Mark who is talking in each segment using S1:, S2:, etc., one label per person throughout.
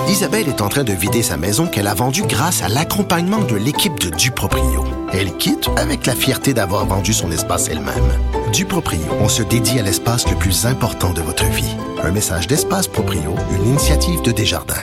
S1: Isabelle est en train de vider sa maison qu'elle a vendue grâce à l'accompagnement de l'équipe de Duproprio. Elle quitte avec la fierté d'avoir vendu son espace elle-même. Duproprio, on se dédie à l'espace le plus important de votre vie. Un message d'Espace Proprio, une initiative de Desjardins.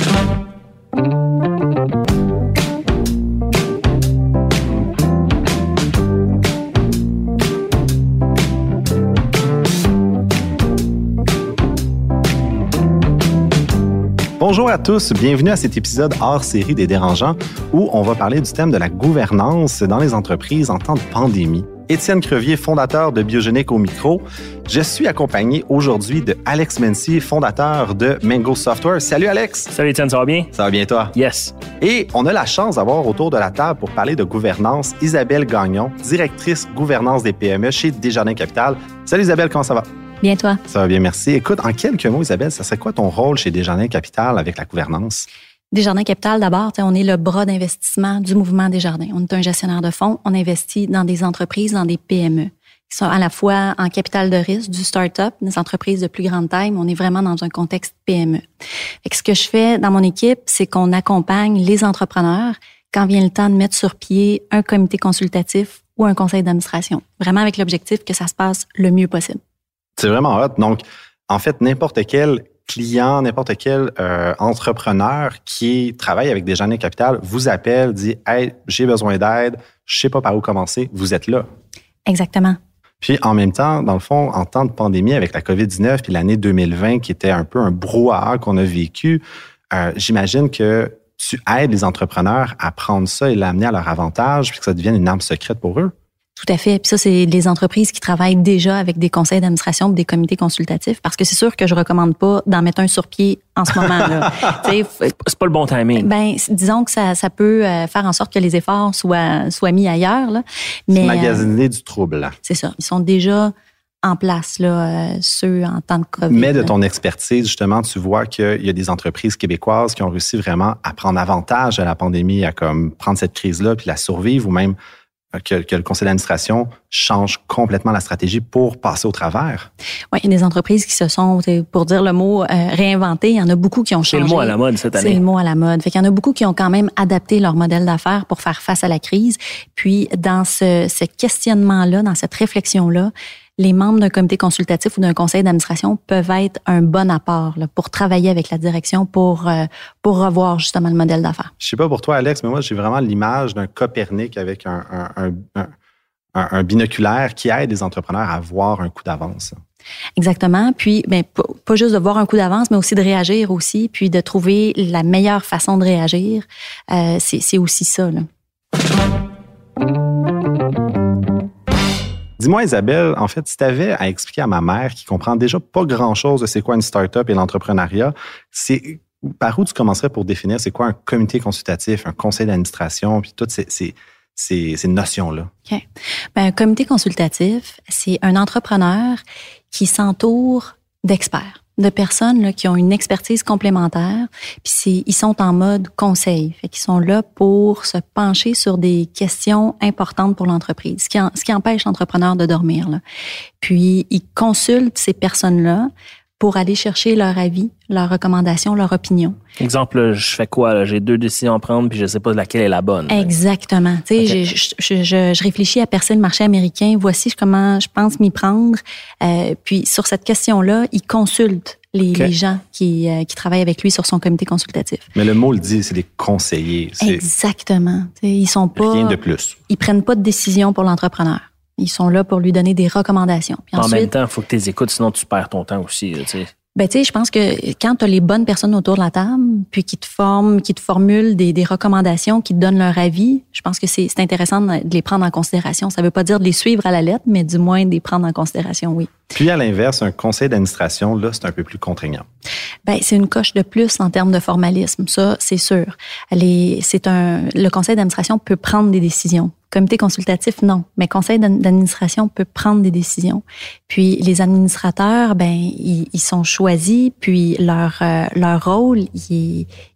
S2: Bonjour à tous, bienvenue à cet épisode hors série des Dérangeants où on va parler du thème de la gouvernance dans les entreprises en temps de pandémie. Étienne Crevier, fondateur de Biogénique au micro. Je suis accompagné aujourd'hui de Alex Mency, fondateur de Mango Software. Salut Alex!
S3: Salut Étienne, ça va bien?
S2: Ça va bien toi?
S3: Yes!
S2: Et on a la chance d'avoir autour de la table pour parler de gouvernance Isabelle Gagnon, directrice gouvernance des PME chez Desjardins Capital. Salut Isabelle, comment ça va?
S4: Bien, toi?
S2: Ça va bien, merci. Écoute, en quelques mots, Isabelle, ça serait quoi ton rôle chez Desjardins Capital avec la gouvernance?
S4: Desjardins Capital, d'abord, on est le bras d'investissement du mouvement Desjardins. On est un gestionnaire de fonds. On investit dans des entreprises, dans des PME, qui sont à la fois en capital de risque, du start-up, des entreprises de plus grande taille, mais on est vraiment dans un contexte PME. Fait que ce que je fais dans mon équipe, c'est qu'on accompagne les entrepreneurs quand vient le temps de mettre sur pied un comité consultatif ou un conseil d'administration, vraiment avec l'objectif que ça se passe le mieux possible.
S2: C'est vraiment hot. Donc, en fait, n'importe quel client, n'importe quel entrepreneur qui travaille avec Desjardins Capital vous appelle, dit « Hey, j'ai besoin d'aide, je sais pas par où commencer », vous êtes là.
S4: Exactement.
S2: Puis, en même temps, dans le fond, en temps de pandémie avec la COVID-19 puis l'année 2020 qui était un peu un brouhaha qu'on a vécu, j'imagine que tu aides les entrepreneurs à prendre ça et l'amener à leur avantage puis que ça devienne une arme secrète pour eux.
S4: Tout à fait. Puis ça, c'est les entreprises qui travaillent déjà avec des conseils d'administration ou des comités consultatifs, parce que c'est sûr que je recommande pas d'en mettre un sur pied en ce moment-là.
S3: C'est pas le bon timing.
S4: Ben, disons que ça peut faire en sorte que les efforts soient mis ailleurs. Là. Mais
S2: magasiner du trouble. Là.
S4: C'est ça. Ils sont déjà en place, là, ceux en temps de COVID.
S2: Mais de ton expertise, justement, tu vois qu'il y a des entreprises québécoises qui ont réussi vraiment à prendre avantage de la pandémie, à comme prendre cette crise-là puis la survivre, ou même que le conseil d'administration change complètement la stratégie pour passer au travers.
S4: Oui, il y a des entreprises qui se sont, pour dire le mot, réinventées. Il y en a beaucoup qui ont changé.
S3: C'est le mot à la mode cette année.
S4: C'est le mot à la mode. Fait qu'il y en a beaucoup qui ont quand même adapté leur modèle d'affaires pour faire face à la crise. Puis, dans ce questionnement-là, dans cette réflexion-là, les membres d'un comité consultatif ou d'un conseil d'administration peuvent être un bon apport là, pour travailler avec la direction pour revoir justement le modèle d'affaires.
S2: Je sais pas pour toi, Alex, mais moi, j'ai vraiment l'image d'un Copernic avec un binoculaire qui aide les entrepreneurs à voir un coup d'avance.
S4: Exactement. Puis, pas juste de voir un coup d'avance, mais aussi de réagir aussi, puis de trouver la meilleure façon de réagir. C'est aussi ça, là.
S2: Dis-moi, Isabelle, en fait, si tu avais à expliquer à ma mère qui comprend déjà pas grand-chose de c'est quoi une start-up et l'entrepreneuriat, c'est par où tu commencerais pour définir c'est quoi un comité consultatif, un conseil d'administration, puis toutes ces notions-là?
S4: OK. Un comité consultatif, c'est un entrepreneur qui s'entoure d'experts, de personnes là, qui ont une expertise complémentaire, puis ils sont en mode conseil, fait qu'ils sont là pour se pencher sur des questions importantes pour l'entreprise, ce qui empêche l'entrepreneur de dormir. Là. Puis ils consultent ces personnes-là pour aller chercher leur avis, leurs recommandations, leur opinion.
S3: Exemple, je fais quoi? Là? J'ai 2 décisions à prendre puis je sais pas laquelle est la bonne.
S4: Exactement. Okay. Je réfléchis à percer le marché américain. Voici comment je pense m'y prendre. Puis sur cette question-là, il consulte les gens qui travaillent avec lui sur son comité consultatif.
S2: Mais le mot le dit, c'est des conseillers.
S4: Exactement. Ils sont pas.
S2: Rien de plus.
S4: Ils prennent pas de décision pour l'entrepreneur. Ils sont là pour lui donner des recommandations. Puis
S3: ensuite, en même temps, il faut que tu les écoutes, sinon tu perds ton temps aussi. Tu sais.
S4: Je pense que quand tu as les bonnes personnes autour de la table, puis qui te formulent des recommandations, qui te donnent leur avis, je pense que c'est intéressant de les prendre en considération. Ça ne veut pas dire de les suivre à la lettre, mais du moins de les prendre en considération, oui.
S2: Puis à l'inverse, un conseil d'administration, là, c'est un peu plus contraignant.
S4: C'est une coche de plus en termes de formalisme, ça, c'est sûr. Le conseil d'administration peut prendre des décisions. Comité consultatif, non. Mais conseil d'administration peut prendre des décisions. Puis les administrateurs, ils sont choisis, puis leur rôle, il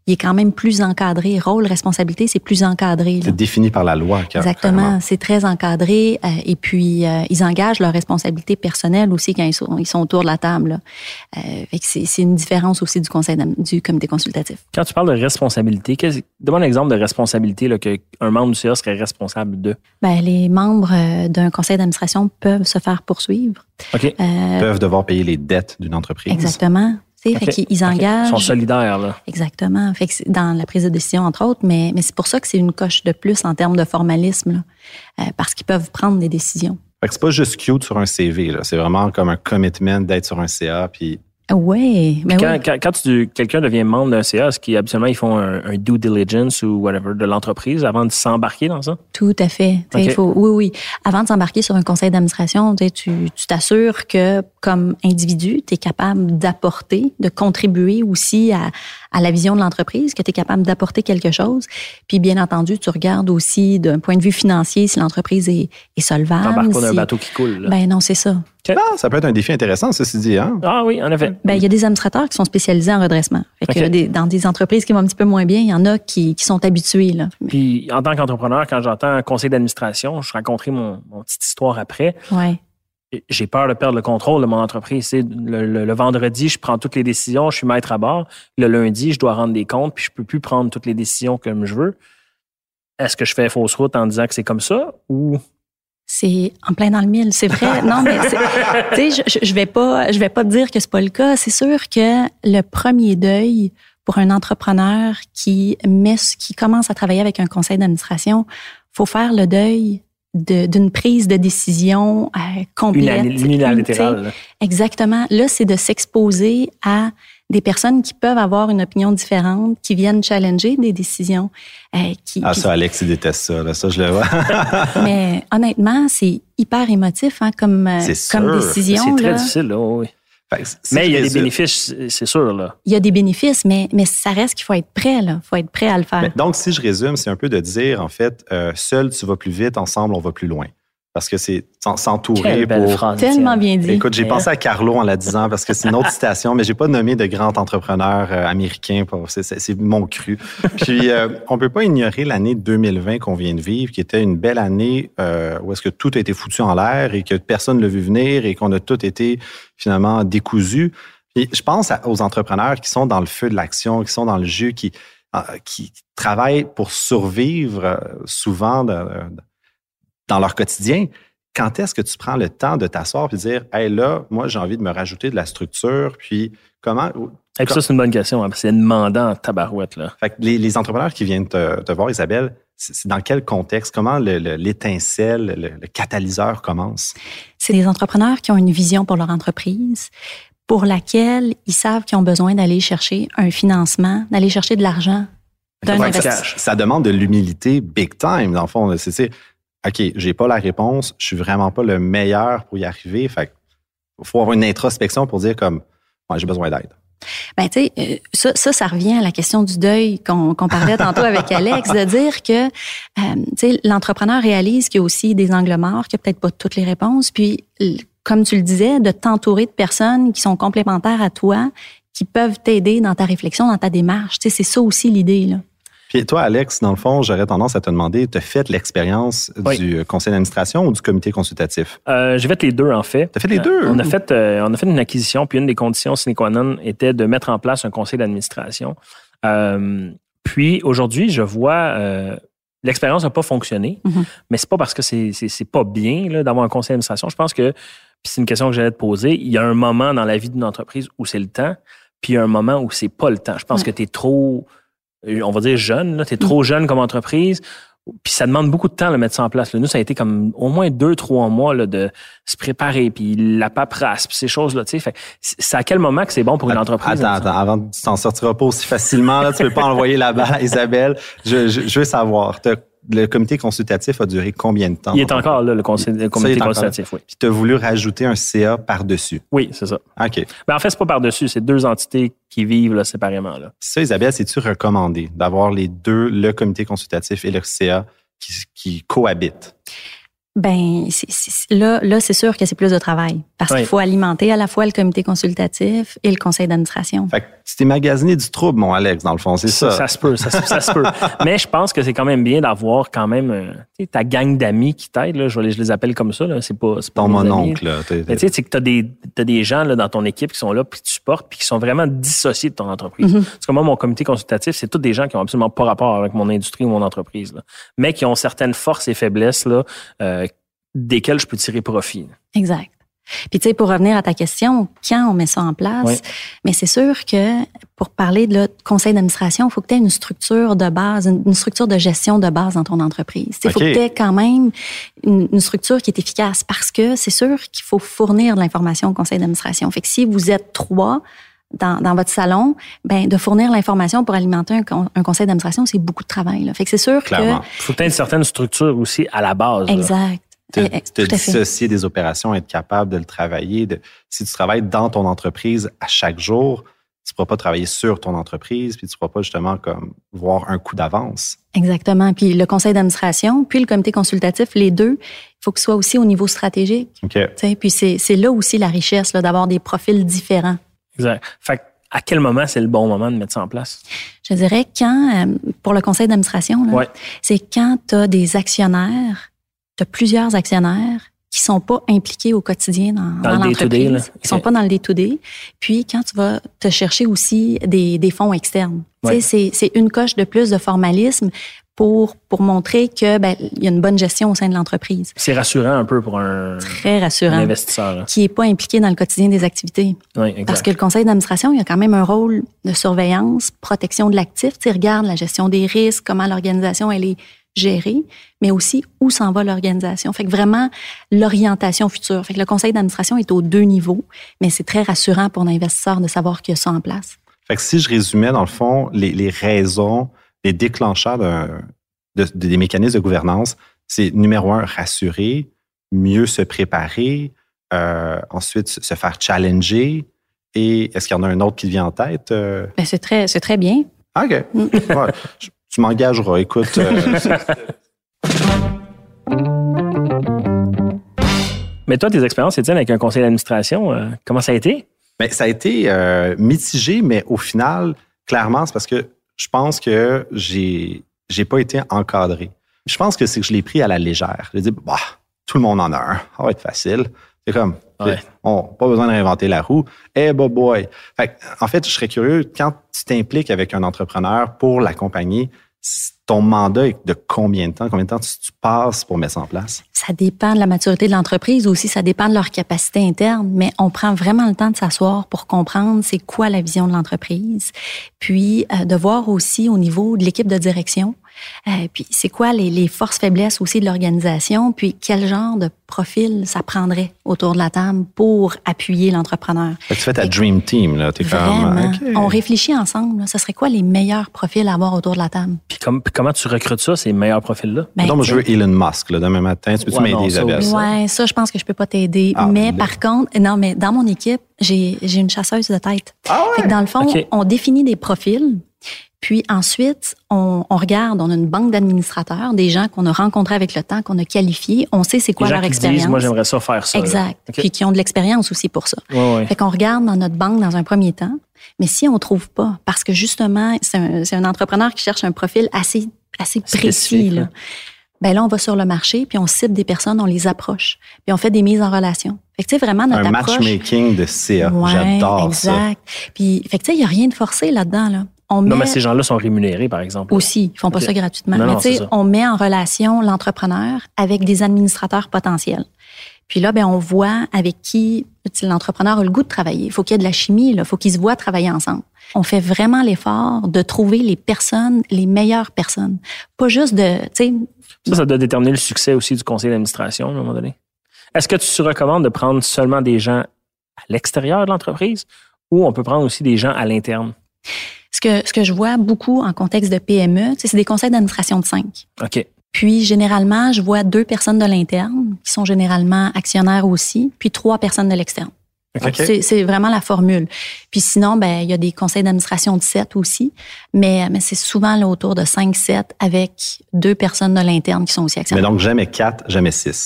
S4: il est quand même plus encadré. Rôle, responsabilité, c'est plus encadré. Là.
S2: C'est défini par la loi.
S4: Exactement,
S2: carrément.
S4: c'est très encadré. Et puis, ils engagent leurs responsabilités personnelles aussi quand ils sont autour de la table. Fait que c'est une différence aussi du comité consultatif.
S3: Quand tu parles de responsabilité, donne-moi un exemple de responsabilité là, qu'un membre du CA serait responsable de.
S4: Ben, les membres d'un conseil d'administration peuvent se faire poursuivre.
S3: OK.
S2: Peuvent devoir payer les dettes d'une entreprise.
S4: Exactement. Okay. Fait qu'ils engagent.
S3: Ils sont solidaires, là.
S4: Exactement. Fait que c'est dans la prise de décision, entre autres, mais c'est pour ça que c'est une coche de plus en termes de formalisme, là, parce qu'ils peuvent prendre des décisions.
S2: Fait que c'est pas juste cute sur un CV, là. C'est vraiment comme un commitment d'être sur un CA, puis...
S4: Oui, mais
S3: quand quelqu'un devient membre d'un CA, est-ce qu'habituellement, ils font un due diligence ou whatever de l'entreprise avant de s'embarquer dans ça?
S4: Tout à fait. Okay. Oui. Avant de s'embarquer sur un conseil d'administration, tu t'assures que, comme individu, tu es capable d'apporter, de contribuer aussi à la vision de l'entreprise, que tu es capable d'apporter quelque chose. Puis, bien entendu, tu regardes aussi d'un point de vue financier si l'entreprise est solvable.
S3: T'embarques pas d'un bateau qui coule. Là.
S4: Ben non, c'est ça.
S2: Okay. Ah, ça peut être un défi intéressant, ceci dit. Hein?
S3: Ah oui, en effet.
S4: Ben, il y a des administrateurs qui sont spécialisés en redressement. Fait que dans des entreprises qui vont un petit peu moins bien, il y en a qui sont habitués. Là.
S3: Puis, en tant qu'entrepreneur, quand j'entends un conseil d'administration, je raconterai mon petite histoire après.
S4: Ouais.
S3: J'ai peur de perdre le contrôle de mon entreprise. Le vendredi, je prends toutes les décisions, je suis maître à bord. Le lundi, je dois rendre des comptes, puis je peux plus prendre toutes les décisions comme je veux. Est-ce que je fais fausse route en disant que c'est comme ça ou...
S4: C'est en plein dans le mille, c'est vrai. Non, mais tu sais, je vais pas te dire que c'est pas le cas. C'est sûr que le premier deuil pour un entrepreneur qui commence à travailler avec un conseil d'administration, faut faire le deuil d'une prise de décision complète.
S3: Unilatérale.
S4: Exactement. Là, c'est de s'exposer à des personnes qui peuvent avoir une opinion différente, qui viennent challenger des décisions.
S2: Ça, Alex, il déteste ça. Là. Ça, je le vois.
S4: Mais honnêtement, c'est hyper émotif comme décision.
S3: C'est très difficile, là, oui. Mais il y a des bénéfices, c'est sûr. Là.
S4: Il y a des bénéfices, mais ça reste qu'il faut être prêt. Il faut être prêt à le faire.
S2: Mais donc, si je résume, c'est un peu de dire, en fait, seul, tu vas plus vite, ensemble, on va plus loin. Parce que c'est s'entourer pour...
S3: Phrase,
S4: tellement bien dit.
S2: Écoute, j'ai pensé à Carlo en la disant parce que c'est une autre citation, mais j'ai pas nommé de grand entrepreneur américain. C'est mon cru. Puis, on peut pas ignorer l'année 2020 qu'on vient de vivre, qui était une belle année où est-ce que tout a été foutu en l'air et que personne ne l'a vu venir et qu'on a tout été finalement décousu. Puis, je pense aux entrepreneurs qui sont dans le feu de l'action, qui sont dans le jus, qui travaillent pour survivre souvent dans leur quotidien. Quand est-ce que tu prends le temps de t'asseoir et de dire « Hey, là, moi, j'ai envie de me rajouter de la structure, puis comment... »
S3: Et puis ça, c'est une bonne question. Hein, c'est demandant en tabarouette. Là.
S2: Fait que les entrepreneurs qui viennent te voir, Isabelle, c'est dans quel contexte? Comment l'étincelle, le catalyseur commence?
S4: C'est des entrepreneurs qui ont une vision pour leur entreprise, pour laquelle ils savent qu'ils ont besoin d'aller chercher un financement, d'aller chercher de l'argent d'un investisseur.
S2: Ça demande de l'humilité big time, dans le fond. C'est OK, j'ai pas la réponse, je suis vraiment pas le meilleur pour y arriver. Fait qu'il faut avoir une introspection pour dire comme, ouais, j'ai besoin d'aide.
S4: Ben, tu sais, ça revient à la question du deuil qu'on parlait tantôt avec Alex, de dire que, tu sais, l'entrepreneur réalise qu'il y a aussi des angles morts, qu'il n'y a peut-être pas toutes les réponses. Puis, comme tu le disais, de t'entourer de personnes qui sont complémentaires à toi, qui peuvent t'aider dans ta réflexion, dans ta démarche. Tu sais, c'est ça aussi l'idée, là.
S2: Puis toi, Alex, dans le fond, j'aurais tendance à te demander, tu as fait l'expérience du conseil d'administration ou du comité consultatif?
S3: J'ai fait les deux, en fait.
S2: Tu as fait les deux?
S3: On a fait une acquisition, puis une des conditions sine qua non était de mettre en place un conseil d'administration. Puis aujourd'hui, je vois... l'expérience n'a pas fonctionné, mais c'est pas parce que c'est pas bien là, d'avoir un conseil d'administration. Je pense que, puis c'est une question que j'allais te poser, il y a un moment dans la vie d'une entreprise où c'est le temps, puis il y a un moment où c'est pas le temps. Je pense que tu es trop... on va dire jeune, tu es trop jeune comme entreprise, puis ça demande beaucoup de temps de mettre ça en place. Là. Nous, ça a été comme au moins 2-3 mois là, de se préparer, puis la paperasse, puis ces choses-là. C'est à quel moment que c'est bon pour une entreprise?
S2: Attends, avant, tu t'en sortiras pas aussi facilement. Là, tu peux pas envoyer la balle à Isabelle. Je veux savoir, le comité consultatif a duré combien de temps?
S3: Il est encore là, le comité consultatif, oui.
S2: Puis tu as voulu rajouter un CA par-dessus?
S3: Oui, c'est ça.
S2: OK.
S3: Ben, en fait, c'est pas par-dessus, c'est deux entités qui vivent là, séparément. Là.
S2: Ça, Isabelle, c'est-tu recommandé d'avoir les deux, le comité consultatif et le CA, qui cohabitent?
S4: Là, c'est sûr que c'est plus de travail parce qu'il faut alimenter à la fois le comité consultatif et le conseil d'administration.
S2: Fait que tu t'es magasiné du trouble, mon Alex, dans le fond, c'est ça.
S3: Ça se peut. Mais je pense que c'est quand même bien d'avoir quand même ta gang d'amis qui t'aident. Là, je les appelle comme ça. Là. C'est pas
S2: ton mononcle. Là,
S3: mais tu sais, c'est que t'as des gens là, dans ton équipe qui sont là, puis tu supportes, puis qui sont vraiment dissociés de ton entreprise. Parce que moi, mon comité consultatif, c'est tous des gens qui ont absolument pas rapport avec mon industrie ou mon entreprise, là, mais qui ont certaines forces et faiblesses là, desquelles je peux tirer profit.
S4: Exact. Puis, tu sais, pour revenir à ta question, quand on met ça en place, mais c'est sûr que pour parler de conseil d'administration, il faut que tu aies une structure de base, une structure de gestion de base dans ton entreprise. Il faut que tu aies quand même une structure qui est efficace parce que c'est sûr qu'il faut fournir de l'information au conseil d'administration. Fait que si vous êtes 3 dans votre salon, de fournir l'information pour alimenter un conseil d'administration, c'est beaucoup de travail. Là. Fait que c'est sûr
S2: Clairement.
S4: que...
S3: Il faut que tu aies une certaine structure aussi à la base.
S4: Exact.
S2: Te dissocier des opérations, être capable de le travailler. Si tu travailles dans ton entreprise à chaque jour, tu ne pourras pas travailler sur ton entreprise, puis tu ne pourras pas justement comme voir un coup d'avance.
S4: Exactement. Puis le conseil d'administration, puis le comité consultatif, les deux, il faut que ce soit aussi au niveau stratégique.
S2: Okay.
S4: Puis c'est là aussi la richesse là, d'avoir des profils différents.
S3: Exact. Fait à quel moment c'est le bon moment de mettre ça en place?
S4: Je dirais pour le conseil d'administration, c'est quand tu as des actionnaires, tu as plusieurs actionnaires qui sont pas impliqués au quotidien dans l'entreprise, qui sont pas dans le day-to-day. Puis, quand tu vas te chercher aussi des fonds externes. Tu sais, c'est une coche de plus de formalisme pour montrer que il y a une bonne gestion au sein de l'entreprise. C'est
S3: rassurant un peu pour
S4: très rassurant,
S3: un investisseur. Là.
S4: Qui est pas impliqué dans le quotidien des activités.
S3: Oui, exact.
S4: Parce que le conseil d'administration, il y a quand même un rôle de surveillance, protection de l'actif. Tu regardes la gestion des risques, comment l'organisation elle est gérée, mais aussi où s'en va l'organisation. Fait que vraiment, l'orientation future. Fait que le conseil d'administration est aux 2 niveaux, mais c'est très rassurant pour l'investisseur de savoir qu'il y a ça en place.
S2: Fait que si je résumais, dans le fond, les raisons, les déclencheurs des mécanismes de gouvernance, c'est numéro 1, rassurer, mieux se préparer, ensuite se faire challenger. Et est-ce qu'il y en a un autre qui vient en tête?
S4: C'est très bien.
S2: OK. Ouais. Tu m'engageras, écoute.
S3: Mais toi, tes expériences, Étienne, avec un conseil d'administration, comment ça a été?
S2: Bien, ça a été mitigé, mais au final, clairement, c'est parce que je pense que j'ai pas été encadré. Je pense que c'est que je l'ai pris à la légère. J'ai dit, tout le monde en a un. Ça va être facile. C'est comme, pas besoin de réinventer la roue. Boy. En fait, je serais curieux, quand tu t'impliques avec un entrepreneur pour l'accompagner, ton mandat est de combien de temps? Combien de temps tu passes pour mettre ça en place?
S4: Ça dépend de la maturité de l'entreprise aussi, ça dépend de leur capacité interne, mais on prend vraiment le temps de s'asseoir pour comprendre c'est quoi la vision de l'entreprise, puis de voir aussi au niveau de l'équipe de direction, puis c'est quoi les forces faiblesses aussi de l'organisation, puis quel genre de profil ça prendrait autour de la table pour appuyer l'entrepreneur.
S2: Tu fais ta dream team, là. T'es
S4: vraiment.
S2: Okay.
S4: On réfléchit ensemble, là, ce serait quoi les meilleurs profils à avoir autour de la table?
S3: Puis comment tu recrutes ça, ces meilleurs profils-là?
S2: Donc, moi, je veux Elon Musk, là, demain matin. Tu peux-tu m'aider, Isabelle?
S4: Oui, ça, je pense que je peux pas t'aider. Mais par contre, mais dans mon équipe, j'ai une chasseuse de tête.
S2: Ah ouais?
S4: Fait que dans le fond, on définit des profils. Puis ensuite, on regarde, on a une banque d'administrateurs, des gens qu'on a rencontrés avec le temps, qu'on a qualifiés. On sait c'est quoi leur expérience.
S3: Disent, moi, j'aimerais ça faire ça.
S4: Exact. Puis qui ont de l'expérience aussi pour ça.
S3: Ouais.
S4: Fait qu'on regarde dans notre banque dans un premier temps. Mais si on trouve pas, parce que justement, c'est un entrepreneur qui cherche un profil assez précis, là. Là, on va sur le marché, puis on cible des personnes, on les approche, puis on fait des mises en relation. Fait que, tu sais, vraiment, notre approche...
S2: Un matchmaking de CA. J'adore ça.
S4: Exact. Puis, fait que, tu sais, il n'y a rien de forcé là-dedans, là.
S3: Non, mais ces gens-là sont rémunérés, par exemple.
S4: Aussi, ils font pas ça gratuitement. Mais tu sais, on met en relation l'entrepreneur avec des administrateurs potentiels. Puis là, on voit avec qui l'entrepreneur a le goût de travailler. Il faut qu'il y ait de la chimie, il faut qu'ils se voient travailler ensemble. On fait vraiment l'effort de trouver les personnes, les meilleures personnes. Pas juste de, tu sais...
S3: Ça doit déterminer le succès aussi du conseil d'administration, à un moment donné. Est-ce que tu recommandes de prendre seulement des gens à l'extérieur de l'entreprise ou on peut prendre aussi des gens à l'interne?
S4: Ce que je vois beaucoup en contexte de PME, c'est des conseils d'administration de 5.
S3: OK.
S4: Puis, généralement, je vois 2 personnes de l'interne, qui sont généralement actionnaires aussi, puis 3 personnes de l'externe.
S2: Okay.
S4: C'est vraiment la formule. Puis sinon, il y a des conseils d'administration de 7 aussi, mais c'est souvent là, autour de 5-7 avec 2 personnes de l'interne qui sont aussi actionnaires.
S2: Mais donc, jamais 4, jamais 6.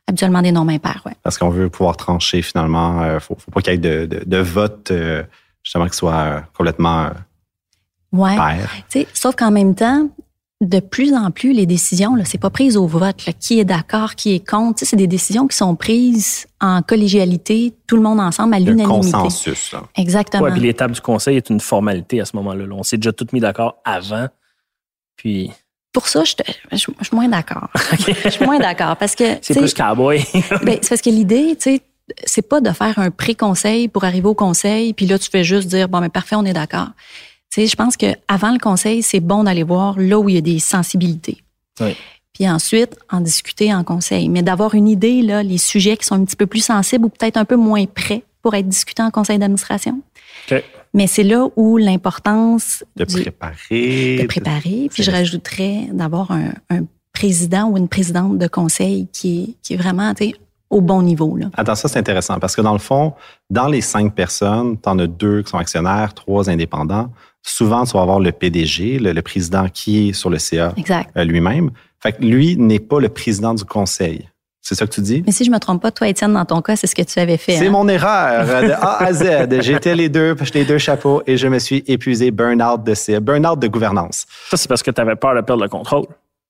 S4: Habituellement des nombres impairs, oui.
S2: Parce qu'on veut pouvoir trancher finalement. Faut pas qu'il y ait de vote justement qui soit complètement pair.
S4: Sauf qu'en même temps, de plus en plus, les décisions, là, c'est pas prise au vote. Là, qui est d'accord, qui est contre. C'est des décisions qui sont prises en collégialité, tout le monde ensemble, à l'unanimité.
S2: Un consensus. Là.
S4: Exactement.
S3: Oui, puis l'étape du conseil est une formalité à ce moment-là. Là. On s'est déjà tous mis d'accord avant. Puis...
S4: Pour ça, je suis moins d'accord. Je suis moins d'accord parce que...
S3: C'est plus cowboy.
S4: C'est parce que l'idée, tu sais, c'est pas de faire un pré-conseil pour arriver au conseil, puis là, tu fais juste dire, bon, mais parfait, on est d'accord. Tu sais, je pense qu'avant le conseil, c'est bon d'aller voir là où il y a des sensibilités.
S3: Oui.
S4: Puis ensuite, en discuter en conseil. Mais d'avoir une idée, là, les sujets qui sont un petit peu plus sensibles ou peut-être un peu moins prêts pour être discutés en conseil d'administration.
S3: OK.
S4: Mais c'est là où l'importance
S2: de préparer.
S4: Puis je rajouterais d'avoir un président ou une présidente de conseil qui est vraiment, tu sais, au bon niveau. Là.
S2: Attends, ça, c'est intéressant parce que dans le fond, dans les 5 personnes, tu en as 2 qui sont actionnaires, 3 indépendants. Souvent, tu vas avoir le PDG, le président qui est sur le CA lui-même. Fait que lui n'est pas le président du conseil. C'est ça que tu dis?
S4: Mais si je me trompe pas, toi, Étienne, dans ton cas, c'est ce que tu avais fait.
S2: C'est mon erreur de A à Z. J'étais les deux chapeaux et je me suis épuisé burn-out de gouvernance.
S3: Ça, c'est parce que tu avais peur de perdre le contrôle.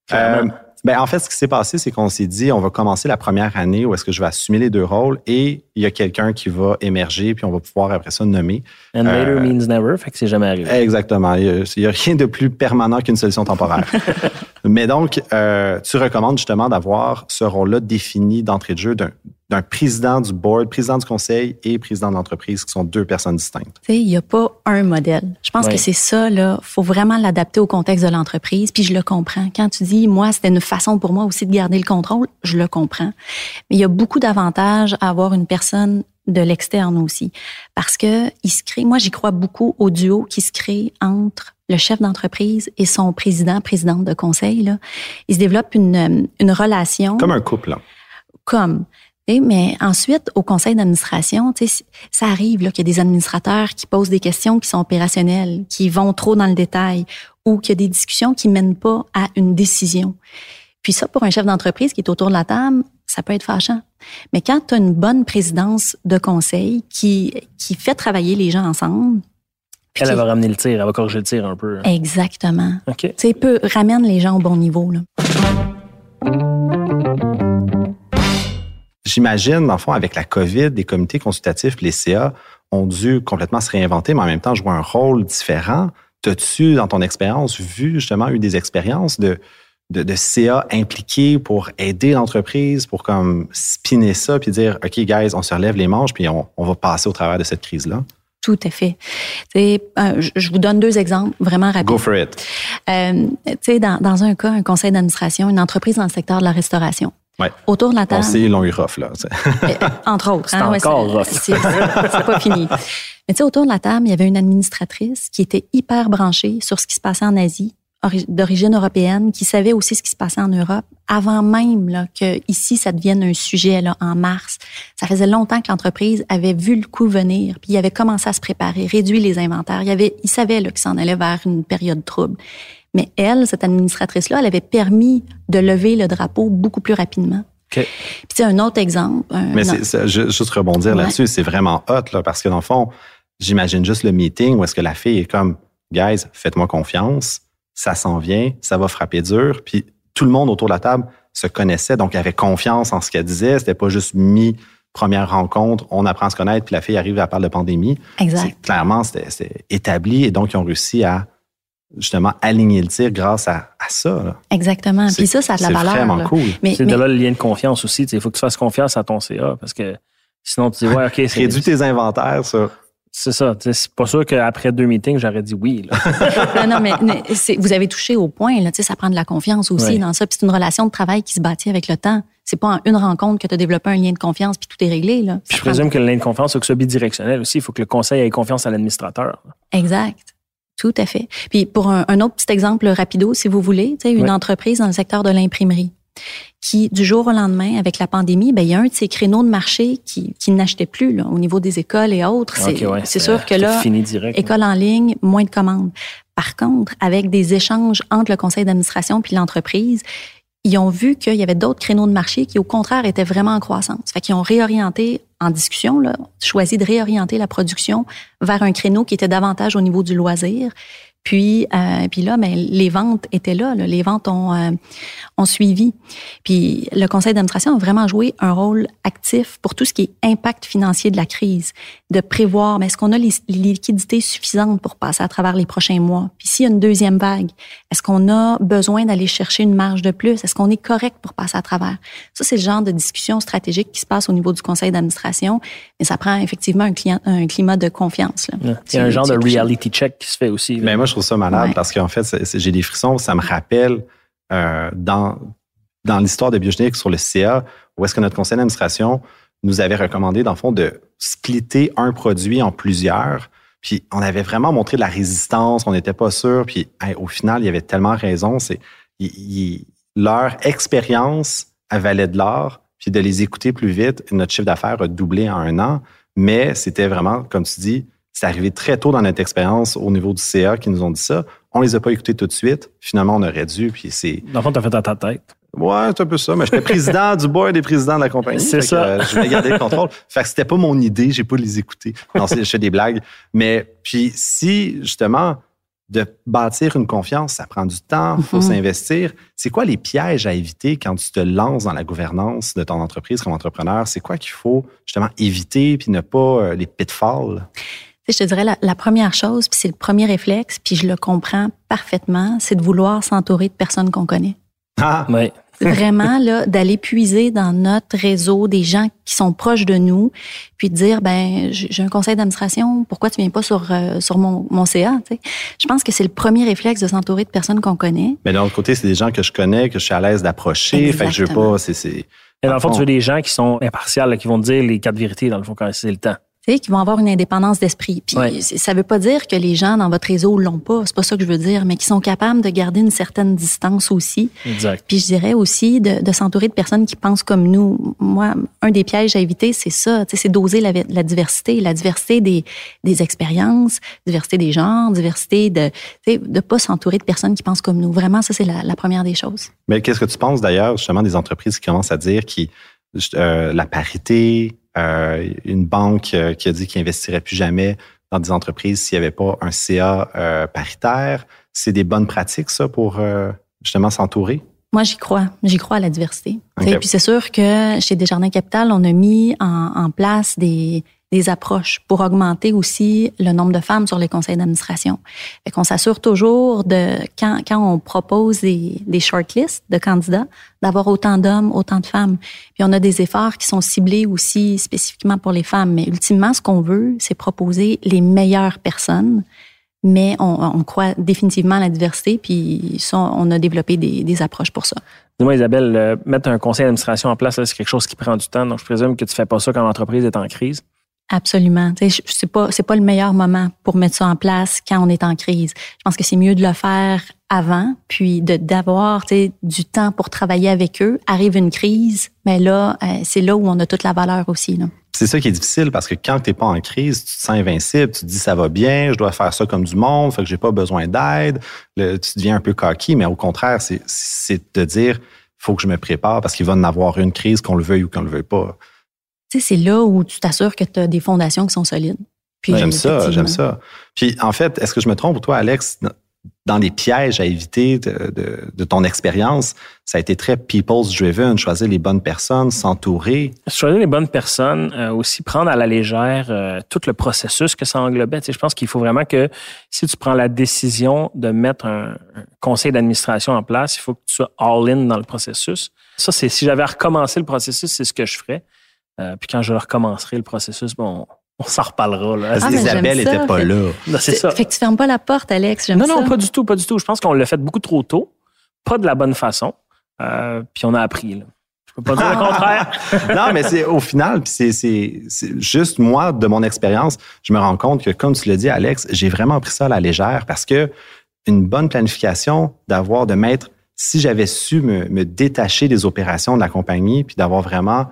S2: En fait, ce qui s'est passé, c'est qu'on s'est dit, on va commencer la première année où est-ce que je vais assumer les 2 rôles et il y a quelqu'un qui va émerger puis on va pouvoir après ça nommer.
S3: And later means never, fait que c'est jamais arrivé.
S2: Exactement. Il y a rien de plus permanent qu'une solution temporaire. Mais donc, tu recommandes justement d'avoir ce rôle-là défini d'entrée de jeu d'un président du board, président du conseil et président d'entreprise qui sont 2 personnes distinctes.
S4: Tu sais, il n'y a pas un modèle. Je pense que c'est ça, là. Faut vraiment l'adapter au contexte de l'entreprise. Puis je le comprends. Quand tu dis, moi, c'était une façon pour moi aussi de garder le contrôle, je le comprends. Mais il y a beaucoup d'avantages à avoir une personne de l'externe aussi. Parce que il se crée, moi, j'y crois beaucoup au duo qui se crée entre le chef d'entreprise et son présidente de conseil, là. Il se développe une relation.
S2: Comme un couple, là.
S4: Mais ensuite, au conseil d'administration, ça arrive là, qu'il y a des administrateurs qui posent des questions qui sont opérationnelles, qui vont trop dans le détail, ou qu'il y a des discussions qui mènent pas à une décision. Puis ça, pour un chef d'entreprise qui est autour de la table, ça peut être fâchant. Mais quand tu as une bonne présidence de conseil qui fait travailler les gens ensemble...
S3: Elle va ramener le tir, elle va corriger le tir un peu.
S4: Exactement.
S3: OK.
S4: Tu sais, ramène les gens au bon niveau, là.
S2: J'imagine, dans le fond, avec la COVID, les comités consultatifs, les CA ont dû complètement se réinventer, mais en même temps jouer un rôle différent. T'as-tu, dans ton expérience, eu des expériences de CA impliqués pour aider l'entreprise, pour comme spinner ça, puis dire, OK, guys, on se relève les manches, puis on va passer au travers de cette crise-là?
S4: Tout à fait. Je vous donne 2 exemples vraiment rapides.
S2: Go for it.
S4: Dans un cas, un conseil d'administration, une entreprise dans le secteur de la restauration.
S2: Ouais.
S4: Autour de la table.
S2: On sait, ils l'ont eu rough, là.
S4: Entre autres.
S3: C'est encore rough.
S4: C'est pas fini. Mais tu sais, autour de la table, il y avait une administratrice qui était hyper branchée sur ce qui se passait en Asie, d'origine européenne, qui savait aussi ce qui se passait en Europe, avant même là, que ici ça devienne un sujet là, en mars. Ça faisait longtemps que l'entreprise avait vu le coup venir, puis il avait commencé à se préparer, réduit les inventaires. Il savait là, qu'il s'en allait vers une période trouble. Mais elle, cette administratrice-là, elle avait permis de lever le drapeau beaucoup plus rapidement.
S2: Okay.
S4: Puis c'est un autre exemple.
S2: Juste rebondir là-dessus, c'est vraiment hot, là, parce que dans le fond, j'imagine juste le meeting où est-ce que la fille est comme, guys, faites-moi confiance, ça s'en vient, ça va frapper dur. Puis tout le monde autour de la table se connaissait, donc avait confiance en ce qu'elle disait. C'était pas juste première rencontre, on apprend à se connaître, puis la fille arrive, elle parle de pandémie.
S4: Exact.
S2: Clairement, c'était établi, et donc ils ont réussi à justement aligner le tir grâce à ça. Là.
S4: Exactement. Puis ça a de la valeur.
S2: C'est vraiment cool.
S3: C'est de là le lien de confiance aussi. Il faut que tu fasses confiance à ton CA, parce que sinon tu dis, ouais, OK.
S2: Réduis tes inventaires, ça.
S3: C'est ça. C'est pas sûr qu'après 2 meetings, j'aurais dit oui. Là.
S4: non, mais vous avez touché au point. Là, ça prend de la confiance aussi dans ça. Puis c'est une relation de travail qui se bâtit avec le temps. C'est pas en une rencontre que tu as développé un lien de confiance puis tout est réglé. Là.
S3: Je présume que le lien de confiance, il faut que ce soit bidirectionnel aussi. Il faut que le conseil ait confiance à l'administrateur.
S4: Exact. Tout à fait. Puis pour un autre petit exemple rapido, si vous voulez, une entreprise dans le secteur de l'imprimerie qui, du jour au lendemain, avec la pandémie, il y a un de ces créneaux de marché qui n'achetait plus là, au niveau des écoles et autres. C'est sûr que là,
S3: fini direct,
S4: école en ligne, moins de commandes. Par contre, avec des échanges entre le conseil d'administration puis l'entreprise, ils ont vu qu'il y avait d'autres créneaux de marché qui, au contraire, étaient vraiment en croissance. Fait qu'ils ont réorienté, en discussion, là, choisi de réorienter la production vers un créneau qui était davantage au niveau du loisir. Puis là, ben, les ventes étaient là. Les ventes ont suivi. Puis le conseil d'administration a vraiment joué un rôle actif pour tout ce qui est impact financier de la crise, de prévoir, mais est-ce qu'on a les liquidités suffisantes pour passer à travers les prochains mois? Puis s'il y a une deuxième vague, est-ce qu'on a besoin d'aller chercher une marge de plus? Est-ce qu'on est correct pour passer à travers? Ça, c'est le genre de discussion stratégique qui se passe au niveau du conseil d'administration, mais ça prend effectivement un climat de confiance. Là.
S3: Il y a un genre de reality check qui se fait aussi.
S2: Mais moi, je trouve ça malade parce qu'en fait, j'ai des frissons. Ça me rappelle dans l'histoire de Biogénique sur le CA, où est-ce que notre conseil d'administration nous avait recommandé, dans le fond, de splitter un produit en plusieurs. Puis on avait vraiment montré de la résistance, on n'était pas sûr. Puis au final, il y avait tellement raison. Leur expérience valait de l'or. Puis de les écouter plus vite, notre chiffre d'affaires a doublé en 1 an. Mais c'était vraiment, comme tu dis, c'est arrivé très tôt dans notre expérience au niveau du CA qui nous ont dit ça. On les a pas écoutés tout de suite. Finalement, on aurait dû. Puis c'est.
S3: Dans le fond, t'as fait à ta tête.
S2: Ouais, c'est un peu ça. Mais j'étais président du board des présidents de la compagnie.
S3: C'est ça.
S2: Je voulais garder le contrôle. Fait que c'était pas mon idée. J'ai pas les écouter. Non, je fais des blagues. Mais puis si, justement, de bâtir une confiance, ça prend du temps, il faut s'investir. C'est quoi les pièges à éviter quand tu te lances dans la gouvernance de ton entreprise comme entrepreneur? C'est quoi qu'il faut, justement, éviter puis ne pas les pitfalls?
S4: Je te dirais la première chose, puis c'est le premier réflexe, puis je le comprends parfaitement, c'est de vouloir s'entourer de personnes qu'on connaît.
S2: Ah!
S3: Oui.
S4: C'est vraiment là d'aller puiser dans notre réseau des gens qui sont proches de nous, puis de dire ben j'ai un conseil d'administration, pourquoi tu viens pas sur mon CA, tu sais. Je pense que c'est le premier réflexe de s'entourer de personnes qu'on connaît.
S2: Mais d'un autre côté, c'est des gens que je connais, que je suis à l'aise d'approcher, fait que je veux pas
S3: Et dans le fond, tu veux des gens qui sont impartials, là, qui vont te dire les 4 vérités dans le fond quand c'est le temps.
S4: Tu sais, qui vont avoir une indépendance d'esprit. Puis ça veut pas dire que les gens dans votre réseau l'ont pas, c'est pas ça que je veux dire, mais qui sont capables de garder une certaine distance aussi.
S3: Exact.
S4: Puis je dirais aussi de s'entourer de personnes qui pensent comme nous. Moi, un des pièges à éviter, c'est ça, tu sais, c'est d'oser la diversité des expériences, diversité des genres, diversité de pas s'entourer de personnes qui pensent comme nous. Vraiment, ça c'est la première des choses.
S2: Mais qu'est-ce que tu penses d'ailleurs justement des entreprises qui commencent à dire la parité, une banque qui a dit qu'il n'investirait plus jamais dans des entreprises s'il n'y avait pas un CA paritaire. C'est des bonnes pratiques, ça, pour justement s'entourer?
S4: Moi, j'y crois. J'y crois à la diversité.
S2: Okay.
S4: Puis c'est sûr que chez Desjardins Capital, on a mis en place des approches pour augmenter aussi le nombre de femmes sur les conseils d'administration. Fait qu'on s'assure toujours quand on propose des shortlists de candidats, d'avoir autant d'hommes, autant de femmes. Puis on a des efforts qui sont ciblés aussi spécifiquement pour les femmes. Mais ultimement, ce qu'on veut, c'est proposer les meilleures personnes. Mais on croit définitivement à la diversité, puis ça, on a développé des approches pour ça.
S3: Dis-moi, Isabelle, mettre un conseil d'administration en place, là, c'est quelque chose qui prend du temps. Donc, je présume que tu fais pas ça quand l'entreprise est en crise.
S4: Absolument. C'est pas le meilleur moment pour mettre ça en place quand on est en crise. Je pense que c'est mieux de le faire avant, puis d'avoir du temps pour travailler avec eux. Arrive une crise, mais là, c'est là où on a toute la valeur aussi. Là.
S2: C'est ça qui est difficile parce que quand tu n'es pas en crise, tu te sens invincible, tu te dis ça va bien, je dois faire ça comme du monde, fait que j'ai pas besoin d'aide. Tu deviens un peu cocky, mais au contraire, c'est de dire faut que je me prépare parce qu'il va en avoir une crise, qu'on le veuille ou qu'on le veuille pas.
S4: C'est là où tu t'assures que tu as des fondations qui sont solides. Puis,
S2: j'aime ça. Puis en fait, est-ce que je me trompe, toi, Alex, dans les pièges à éviter de ton expérience, ça a été très people's-driven, choisir les bonnes personnes, s'entourer.
S3: Choisir les bonnes personnes, aussi prendre à la légère tout le processus que ça englobait. Je pense qu'il faut vraiment que si tu prends la décision de mettre un conseil d'administration en place, il faut que tu sois all-in dans le processus. Ça, si j'avais recommencé le processus, c'est ce que je ferais. Puis quand je recommencerai le processus, bon, on s'en reparlera. Là.
S2: Parce qu'Isabelle n'était pas là.
S3: Non, c'est ça.
S4: Fait que tu fermes pas la porte, Alex. J'aime ça.
S3: Non, pas du tout. Je pense qu'on l'a fait beaucoup trop tôt, pas de la bonne façon. Puis on a appris. Là. Je peux pas dire le contraire.
S2: Non, mais c'est au final, c'est juste moi, de mon expérience, je me rends compte que, comme tu l'as dit, Alex, j'ai vraiment pris ça à la légère parce que une bonne planification, de mettre, si j'avais su me détacher des opérations de la compagnie, puis d'avoir vraiment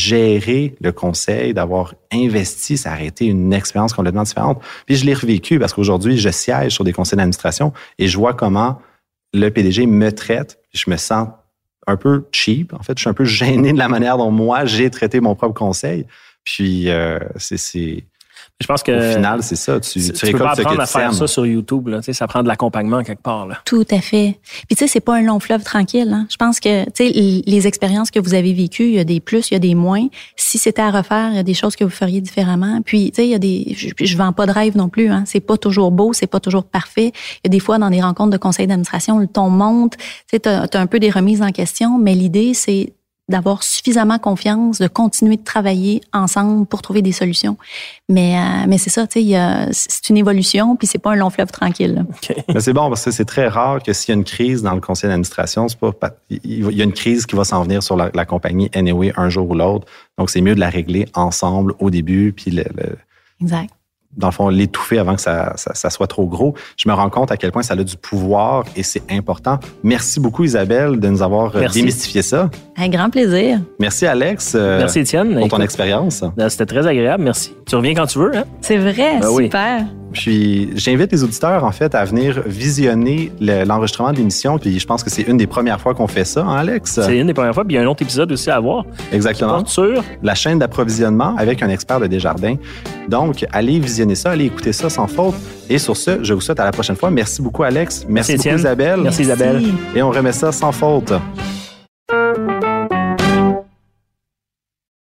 S2: gérer le conseil, d'avoir investi, ça aurait été une expérience complètement différente. Puis je l'ai revécu parce qu'aujourd'hui, je siège sur des conseils d'administration et je vois comment le PDG me traite. Je me sens un peu cheap. En fait, je suis un peu gêné de la manière dont moi, j'ai traité mon propre conseil. Puis,
S3: je pense que
S2: au final, c'est ça. Tu
S3: peux pas apprendre à faire ça sur YouTube. Là. Ça prend de l'accompagnement quelque part. Là.
S4: Tout à fait. Puis, tu sais, c'est pas un long fleuve tranquille. Hein. Je pense que, tu sais, les expériences que vous avez vécues, il y a des plus, il y a des moins. Si c'était à refaire, il y a des choses que vous feriez différemment. Puis, tu sais, il y a des... Je vends pas de rêve non plus. Hein. C'est pas toujours beau, c'est pas toujours parfait. Il y a des fois, dans des rencontres de conseil d'administration, le ton monte. Tu sais, t'as un peu des remises en question. Mais l'idée, c'est d'avoir suffisamment confiance, de continuer de travailler ensemble pour trouver des solutions. Mais c'est ça, tu sais, c'est une évolution, puis c'est pas un long fleuve tranquille.
S3: Okay.
S2: Mais c'est bon parce que c'est très rare que s'il y a une crise dans le conseil d'administration, il y a une crise qui va s'en venir sur la compagnie anyway un jour ou l'autre. Donc c'est mieux de la régler ensemble au début, puis
S4: Exact.
S2: Dans le fond, l'étouffer avant que ça soit trop gros. Je me rends compte à quel point ça a du pouvoir et c'est important. Merci beaucoup, Isabelle, de nous avoir démystifié ça.
S4: Un grand plaisir.
S2: Merci, Alex.
S3: Merci, Étienne.
S2: Pour ton expérience.
S3: C'était très agréable. Merci. Tu reviens quand tu veux. Hein?
S4: C'est vrai, super.
S2: Oui. Puis, j'invite les auditeurs, en fait, à venir visionner l'enregistrement de l'émission. Puis, je pense que c'est une des premières fois qu'on fait ça, hein, Alex?
S3: C'est une des premières fois. Puis, il y a un autre épisode aussi à voir.
S2: Exactement.
S3: Sur
S2: la chaîne d'approvisionnement avec un expert de Desjardins. Donc, allez visionner ça, allez écouter ça sans faute. Et sur ce, je vous souhaite à la prochaine fois. Merci beaucoup, Alex. Merci beaucoup,
S3: Étienne.
S2: Isabelle.
S3: Merci, Isabelle.
S2: Et on remet ça sans faute.